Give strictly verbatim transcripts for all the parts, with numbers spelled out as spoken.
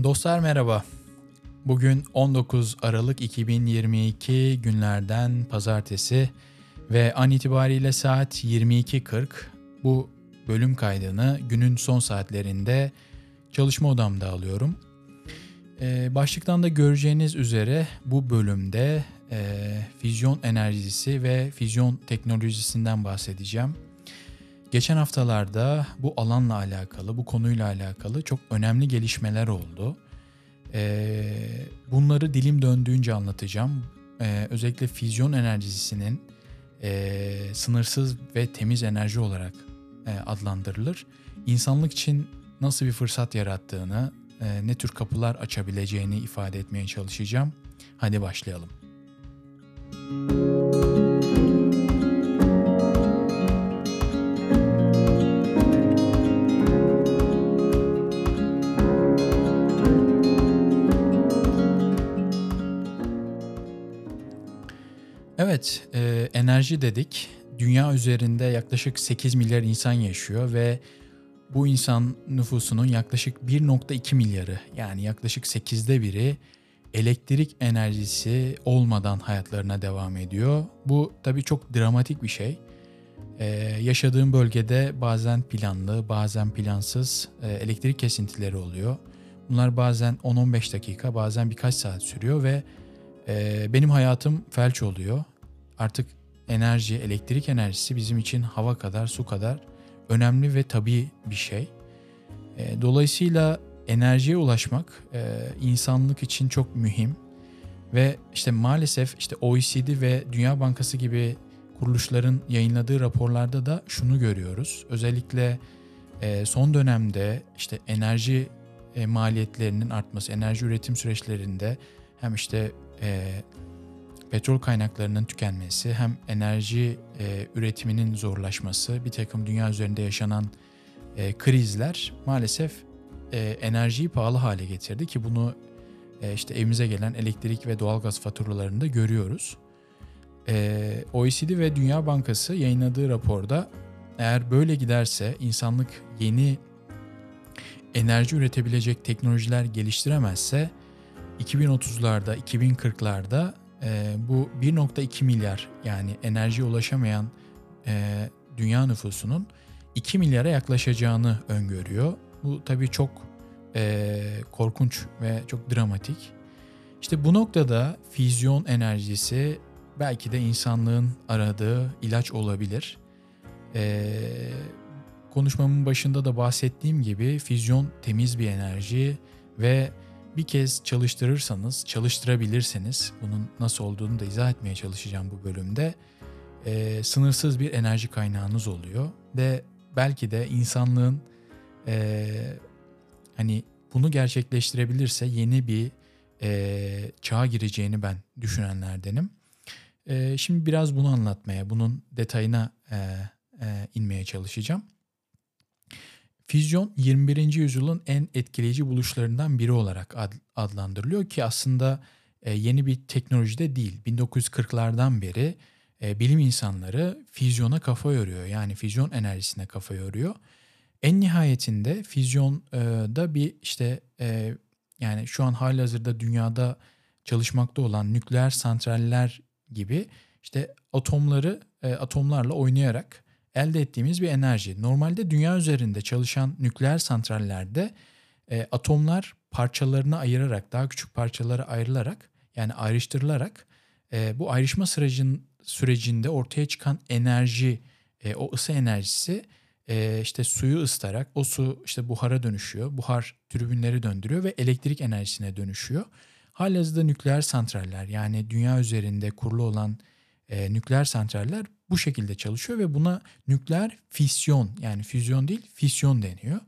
Dostlar merhaba. Bugün on dokuz Aralık iki bin yirmi iki günlerden pazartesi ve an itibariyle saat yirmi iki kırk. Bu bölüm kaydını günün son saatlerinde çalışma odamda alıyorum. Ee, başlıktan da göreceğiniz üzere bu bölümde e, füzyon enerjisi ve füzyon teknolojisinden bahsedeceğim. Geçen haftalarda bu alanla alakalı, bu konuyla alakalı çok önemli gelişmeler oldu. Ee, bunları dilim döndüğünce anlatacağım. Ee, özellikle füzyon enerjisinin e, sınırsız ve temiz enerji olarak e, adlandırılır. İnsanlık için nasıl bir fırsat yarattığını, e, ne tür kapılar açabileceğini ifade etmeye çalışacağım. Hadi başlayalım. Evet, e, enerji dedik. Dünya üzerinde yaklaşık sekiz milyar insan yaşıyor ve bu insan nüfusunun yaklaşık bir nokta iki milyarı, yani yaklaşık sekizde biri elektrik enerjisi olmadan hayatlarına devam ediyor. Bu tabii çok dramatik bir şey. E, yaşadığım bölgede bazen planlı, bazen plansız e, elektrik kesintileri oluyor. Bunlar bazen on on beş dakika, bazen birkaç saat sürüyor ve e, benim hayatım felç oluyor. Artık enerji, elektrik enerjisi bizim için hava kadar, su kadar önemli ve tabii bir şey. E, dolayısıyla enerjiye ulaşmak e, insanlık için çok mühim ve işte maalesef işte O E C D ve Dünya Bankası gibi kuruluşların yayınladığı raporlarda da şunu görüyoruz. Özellikle e, son dönemde işte enerji e, maliyetlerinin artması, enerji üretim süreçlerinde hem işte e, petrol kaynaklarının tükenmesi, hem enerji e, üretiminin zorlaşması, bir takım dünya üzerinde yaşanan e, krizler maalesef e, enerjiyi pahalı hale getirdi ki bunu e, işte evimize gelen elektrik ve doğalgaz faturalarında görüyoruz. E, O E C D ve Dünya Bankası yayınladığı raporda eğer böyle giderse insanlık yeni enerji üretebilecek teknolojiler geliştiremezse iki bin otuzlarda, iki bin kırklarda e, bu bir nokta iki milyar, yani enerjiye ulaşamayan e, dünya nüfusunun iki milyara yaklaşacağını öngörüyor. Bu tabii çok e, korkunç ve çok dramatik. İşte bu noktada füzyon enerjisi belki de insanlığın aradığı ilaç olabilir. E, konuşmamın başında da bahsettiğim gibi füzyon temiz bir enerji ve bir kez çalıştırırsanız, çalıştırabilirseniz, bunun nasıl olduğunu da izah etmeye çalışacağım bu bölümde. E, sınırsız bir enerji kaynağınız oluyor ve belki de insanlığın e, hani bunu gerçekleştirebilirse yeni bir e, çağa gireceğini ben düşünenlerdenim. E, şimdi biraz bunu anlatmaya, bunun detayına e, e, inmeye çalışacağım. Füzyon yirmi birinci yüzyılın en etkileyici buluşlarından biri olarak ad, adlandırılıyor ki aslında e, yeni bir teknoloji de değil. bin dokuz yüz kırklardan beri e, bilim insanları füzyona kafa yoruyor. Yani füzyon enerjisine kafa yoruyor. En nihayetinde füzyonda bir işte e, yani şu an halihazırda dünyada çalışmakta olan nükleer santraller gibi işte atomları e, atomlarla oynayarak elde ettiğimiz bir enerji. Normalde dünya üzerinde çalışan nükleer santrallerde e, atomlar parçalarına ayırarak, daha küçük parçalara ayrılarak, yani ayrıştırılarak e, bu ayrışma sürecin, sürecinde ortaya çıkan enerji, e, o ısı enerjisi e, işte suyu ısıtarak, o su işte buhara dönüşüyor. Buhar türbinleri döndürüyor ve elektrik enerjisine dönüşüyor. Halihazırda nükleer santraller, yani dünya üzerinde kurulu olan e, nükleer santraller bu şekilde çalışıyor ve buna nükleer fisyon, yani füzyon değil fisyon deniyor.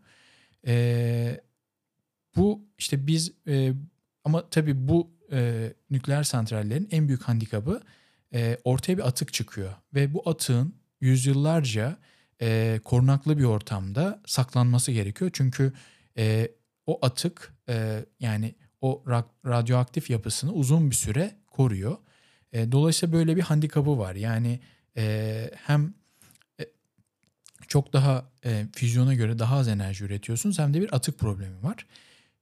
E, bu işte biz e, ama tabii bu e, nükleer santrallerin en büyük handikapı e, ortaya bir atık çıkıyor ve bu atığın yüzyıllarca e, korunaklı bir ortamda saklanması gerekiyor. Çünkü e, o atık e, yani o ra- radyoaktif yapısını uzun bir süre koruyor. E, dolayısıyla böyle bir handikapı var. Yani e, hem e, çok daha e, füzyona göre daha az enerji üretiyorsunuz, hem de bir atık problemi var.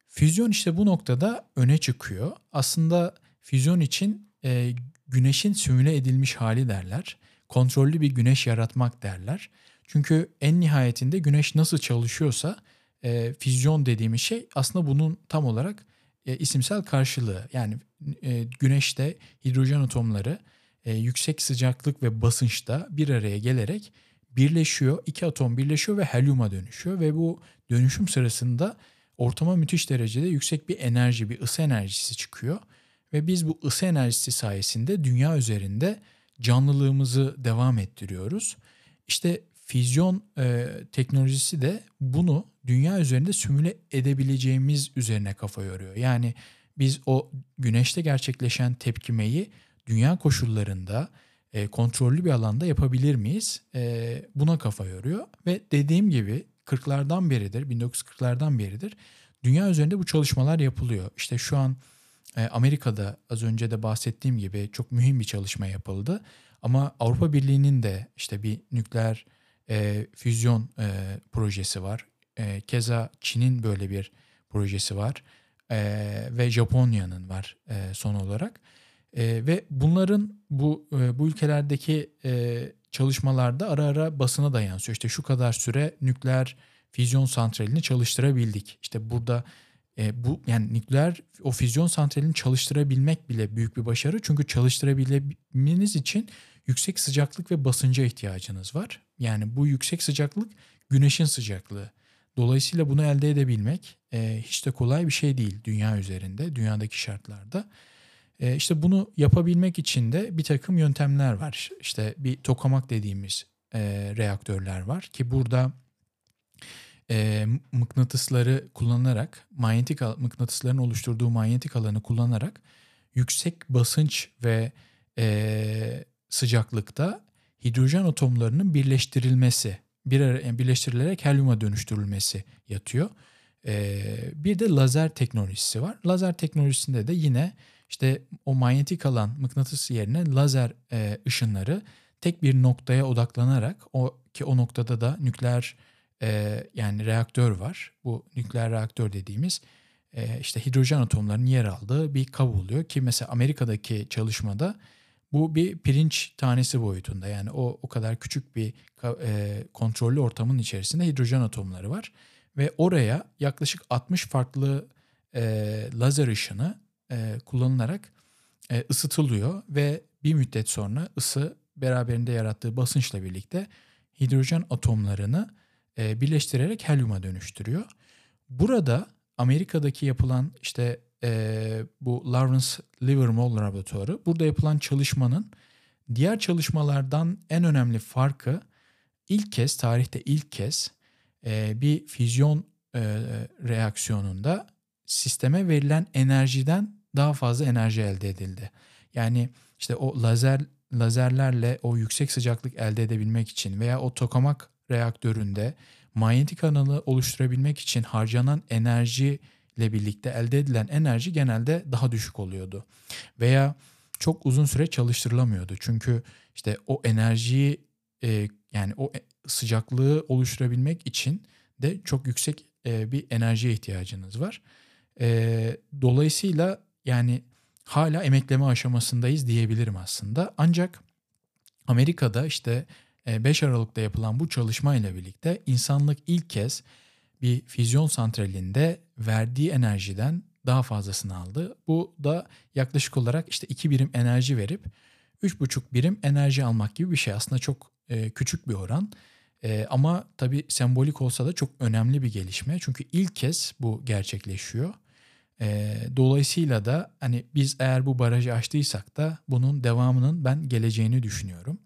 Füzyon işte bu noktada öne çıkıyor. Aslında füzyon için e, güneşin simüle edilmiş hali derler. Kontrollü bir güneş yaratmak derler. Çünkü en nihayetinde güneş nasıl çalışıyorsa e, füzyon dediğimiz şey aslında bunun tam olarak e, isimsel karşılığı. Yani e, güneşte hidrojen atomları e, yüksek sıcaklık ve basınçta bir araya gelerek birleşiyor. İki atom birleşiyor ve helyuma dönüşüyor ve bu dönüşüm sırasında ortama müthiş derecede yüksek bir enerji, bir ısı enerjisi çıkıyor. Ve biz bu ısı enerjisi sayesinde dünya üzerinde canlılığımızı devam ettiriyoruz. İşte füzyon e, teknolojisi de bunu dünya üzerinde simüle edebileceğimiz üzerine kafa yoruyor. Yani biz o güneşte gerçekleşen tepkimeyi dünya koşullarında e, kontrollü bir alanda yapabilir miyiz? E, buna kafa yoruyor ve dediğim gibi kırklardan beridir, bin dokuz yüz kırklardan beridir dünya üzerinde bu çalışmalar yapılıyor. İşte şu an e, Amerika'da az önce de bahsettiğim gibi çok mühim bir çalışma yapıldı. Ama Avrupa Birliği'nin de işte bir nükleer e, füzyon e, projesi var. E, keza Çin'in böyle bir projesi var. E, ve Japonya'nın var e, son olarak. E, ve bunların bu e, bu ülkelerdeki e, çalışmalarda ara ara basına da yansıyor. İşte şu kadar süre nükleer füzyon santralini çalıştırabildik. İşte burada e, bu yani nükleer o füzyon santralini çalıştırabilmek bile büyük bir başarı. Çünkü çalıştırabilmeniz için yüksek sıcaklık ve basınca ihtiyacınız var. Yani bu yüksek sıcaklık güneşin sıcaklığı. Dolayısıyla bunu elde edebilmek e, hiç de kolay bir şey değil dünya üzerinde, dünyadaki şartlarda. E, işte bunu yapabilmek için de bir takım yöntemler var. İşte bir tokamak dediğimiz e, reaktörler var ki burada e, mıknatısları kullanarak, manyetik mıknatısların oluşturduğu manyetik alanı kullanarak yüksek basınç ve e, sıcaklıkta hidrojen atomlarının birleştirilmesi, bir ara, birleştirilerek helyuma dönüştürülmesi yatıyor. E, bir de lazer teknolojisi var. Lazer teknolojisinde de yine işte o manyetik alan mıknatıs yerine lazer e, ışınları tek bir noktaya odaklanarak o ki o noktada da nükleer e, yani reaktör var. Bu nükleer reaktör dediğimiz e, işte hidrojen atomlarının yer aldığı bir kap oluyor ki mesela Amerika'daki çalışmada bu bir pirinç tanesi boyutunda yani o o kadar küçük bir e, kontrollü ortamın içerisinde hidrojen atomları var ve oraya yaklaşık altmış farklı e, lazer ışını e, kullanılarak e, ısıtılıyor ve bir müddet sonra ısı beraberinde yarattığı basınçla birlikte hidrojen atomlarını e, birleştirerek helyuma dönüştürüyor. Burada Amerika'daki yapılan işte e, bu Lawrence Livermore Laboratuvarı burada yapılan çalışmanın diğer çalışmalardan en önemli farkı ilk kez tarihte ilk kez e, bir füzyon e, reaksiyonunda sisteme verilen enerjiden daha fazla enerji elde edildi. Yani işte o lazer lazerlerle o yüksek sıcaklık elde edebilmek için veya o tokamak reaktöründe manyetik alanı oluşturabilmek için harcanan enerjiyle birlikte elde edilen enerji genelde daha düşük oluyordu. Veya çok uzun süre çalıştırılamıyordu. Çünkü işte o enerjiyi e, yani o sıcaklığı oluşturabilmek için de çok yüksek e, bir enerjiye ihtiyacınız var. E, dolayısıyla yani hala emekleme aşamasındayız diyebilirim aslında. Ancak Amerika'da işte beş Aralık'ta yapılan bu çalışmayla birlikte insanlık ilk kez bir füzyon santralinde verdiği enerjiden daha fazlasını aldı. Bu da yaklaşık olarak işte iki birim enerji verip üç buçuk birim enerji almak gibi bir şey. Aslında çok e, küçük bir oran. E, ama tabii sembolik olsa da çok önemli bir gelişme. Çünkü ilk kez bu gerçekleşiyor. E, dolayısıyla da hani biz eğer bu barajı açtıysak da bunun devamının ben geleceğini düşünüyorum.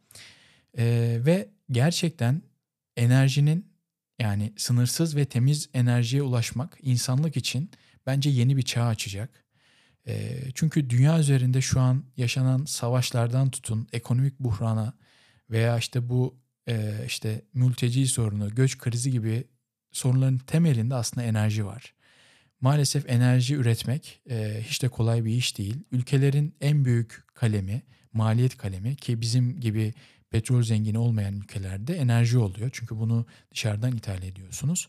Ee, ve gerçekten enerjinin yani sınırsız ve temiz enerjiye ulaşmak insanlık için bence yeni bir çağ açacak. Ee, çünkü dünya üzerinde şu an yaşanan savaşlardan tutun ekonomik buhrana veya işte bu e, işte mülteci sorunu, göç krizi gibi sorunların temelinde aslında enerji var. Maalesef enerji üretmek e, hiç de kolay bir iş değil. Ülkelerin en büyük kalemi, maliyet kalemi ki bizim gibi petrol zengini olmayan ülkelerde enerji oluyor. Çünkü bunu dışarıdan ithal ediyorsunuz.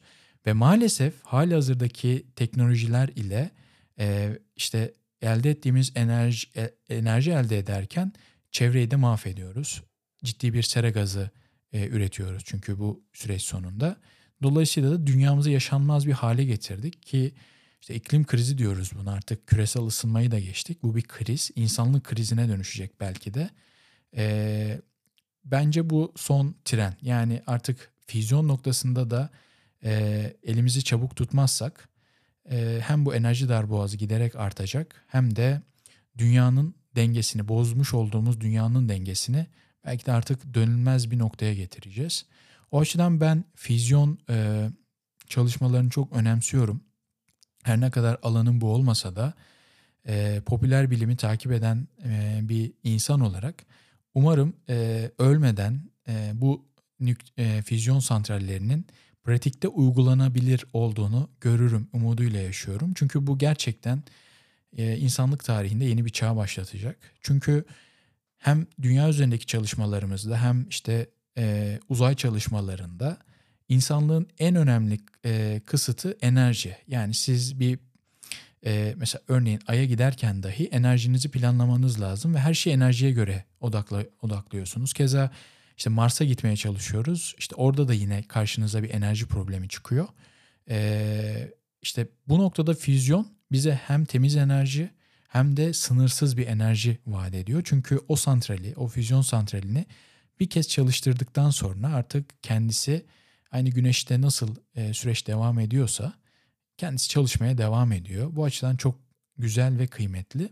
Ve maalesef halihazırdaki teknolojiler ile e, işte elde ettiğimiz enerji e, enerji elde ederken çevreyi de mahvediyoruz. Ciddi bir sera gazı e, üretiyoruz çünkü bu süreç sonunda. Dolayısıyla da dünyamızı yaşanmaz bir hale getirdik ki işte iklim krizi diyoruz buna, artık küresel ısınmayı da geçtik. Bu bir kriz, insanlık krizine dönüşecek belki de. E, Bence bu son tren. Yani artık füzyon noktasında da e, elimizi çabuk tutmazsak e, hem bu enerji darboğazı giderek artacak hem de dünyanın dengesini, bozmuş olduğumuz dünyanın dengesini belki de artık dönülmez bir noktaya getireceğiz. O açıdan ben füzyon e, çalışmalarını çok önemsiyorum. Her ne kadar alanım bu olmasa da e, popüler bilimi takip eden e, bir insan olarak umarım e, ölmeden e, bu nük- e, füzyon santrallerinin pratikte uygulanabilir olduğunu görürüm umuduyla yaşıyorum. Çünkü bu gerçekten e, insanlık tarihinde yeni bir çağ başlatacak. Çünkü hem dünya üzerindeki çalışmalarımızda hem işte e, uzay çalışmalarında insanlığın en önemli e, kısıtı enerji. Yani siz bir e, mesela örneğin Ay'a giderken dahi enerjinizi planlamanız lazım ve her şeyi enerjiye göre odakla, odaklıyorsunuz. Keza işte Mars'a gitmeye çalışıyoruz. İşte orada da yine karşınıza bir enerji problemi çıkıyor. E, işte bu noktada füzyon bize hem temiz enerji hem de sınırsız bir enerji vaat ediyor. Çünkü o santrali, o füzyon santralini bir kez çalıştırdıktan sonra artık kendisi aynı güneşte nasıl e, süreç devam ediyorsa kendisi çalışmaya devam ediyor. Bu açıdan çok güzel ve kıymetli.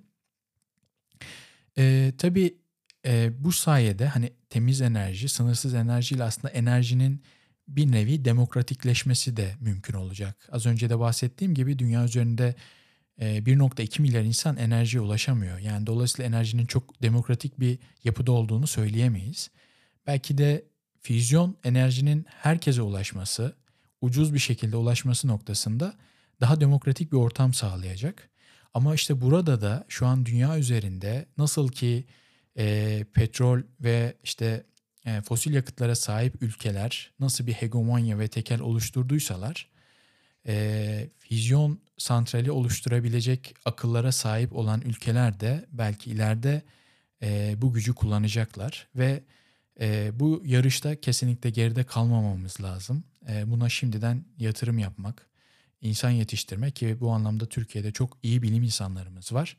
E, tabii e, bu sayede hani temiz enerji, sınırsız enerjiyle aslında enerjinin bir nevi demokratikleşmesi de mümkün olacak. Az önce de bahsettiğim gibi dünya üzerinde bir nokta iki milyar insan enerjiye ulaşamıyor. Yani dolayısıyla enerjinin çok demokratik bir yapıda olduğunu söyleyemeyiz. Belki de füzyon enerjinin herkese ulaşması, ucuz bir şekilde ulaşması noktasında daha demokratik bir ortam sağlayacak. Ama işte burada da şu an dünya üzerinde nasıl ki e, petrol ve işte e, fosil yakıtlara sahip ülkeler nasıl bir hegemonya ve tekel oluşturduysalar, e, füzyon santrali oluşturabilecek akıllara sahip olan ülkeler de belki ileride e, bu gücü kullanacaklar ve e, bu yarışta kesinlikle geride kalmamamız lazım. E, buna şimdiden yatırım yapmak, insan yetiştirmek ki bu anlamda Türkiye'de çok iyi bilim insanlarımız var.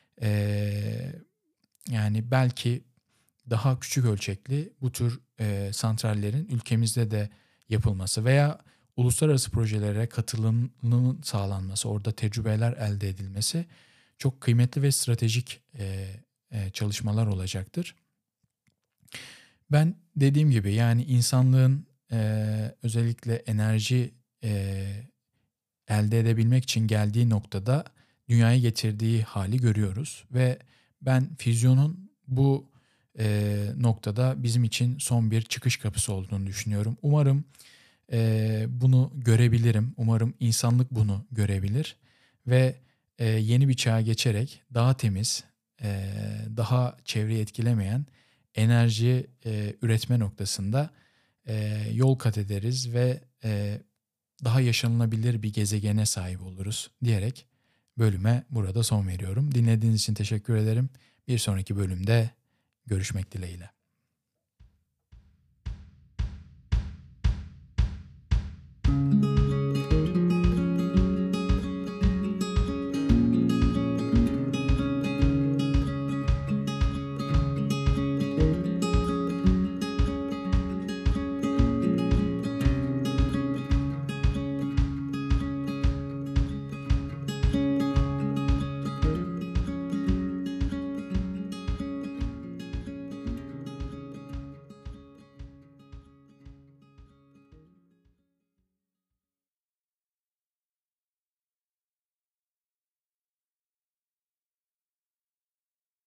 E, Yani belki daha küçük ölçekli bu tür e, santrallerin ülkemizde de yapılması veya uluslararası projelere katılımının sağlanması, orada tecrübeler elde edilmesi çok kıymetli ve stratejik e, e, çalışmalar olacaktır. Ben dediğim gibi yani insanlığın e, özellikle enerji e, elde edebilmek için geldiği noktada dünyaya getirdiği hali görüyoruz ve ben füzyonun bu e, noktada bizim için son bir çıkış kapısı olduğunu düşünüyorum. Umarım e, bunu görebilirim. Umarım insanlık bunu görebilir ve e, yeni bir çağa geçerek daha temiz, e, daha çevreyi etkilemeyen enerji e, üretme noktasında e, yol kat ederiz ve e, daha yaşanılabilir bir gezegene sahip oluruz diyerek bölüme burada son veriyorum. Dinlediğiniz için teşekkür ederim. Bir sonraki bölümde görüşmek dileğiyle.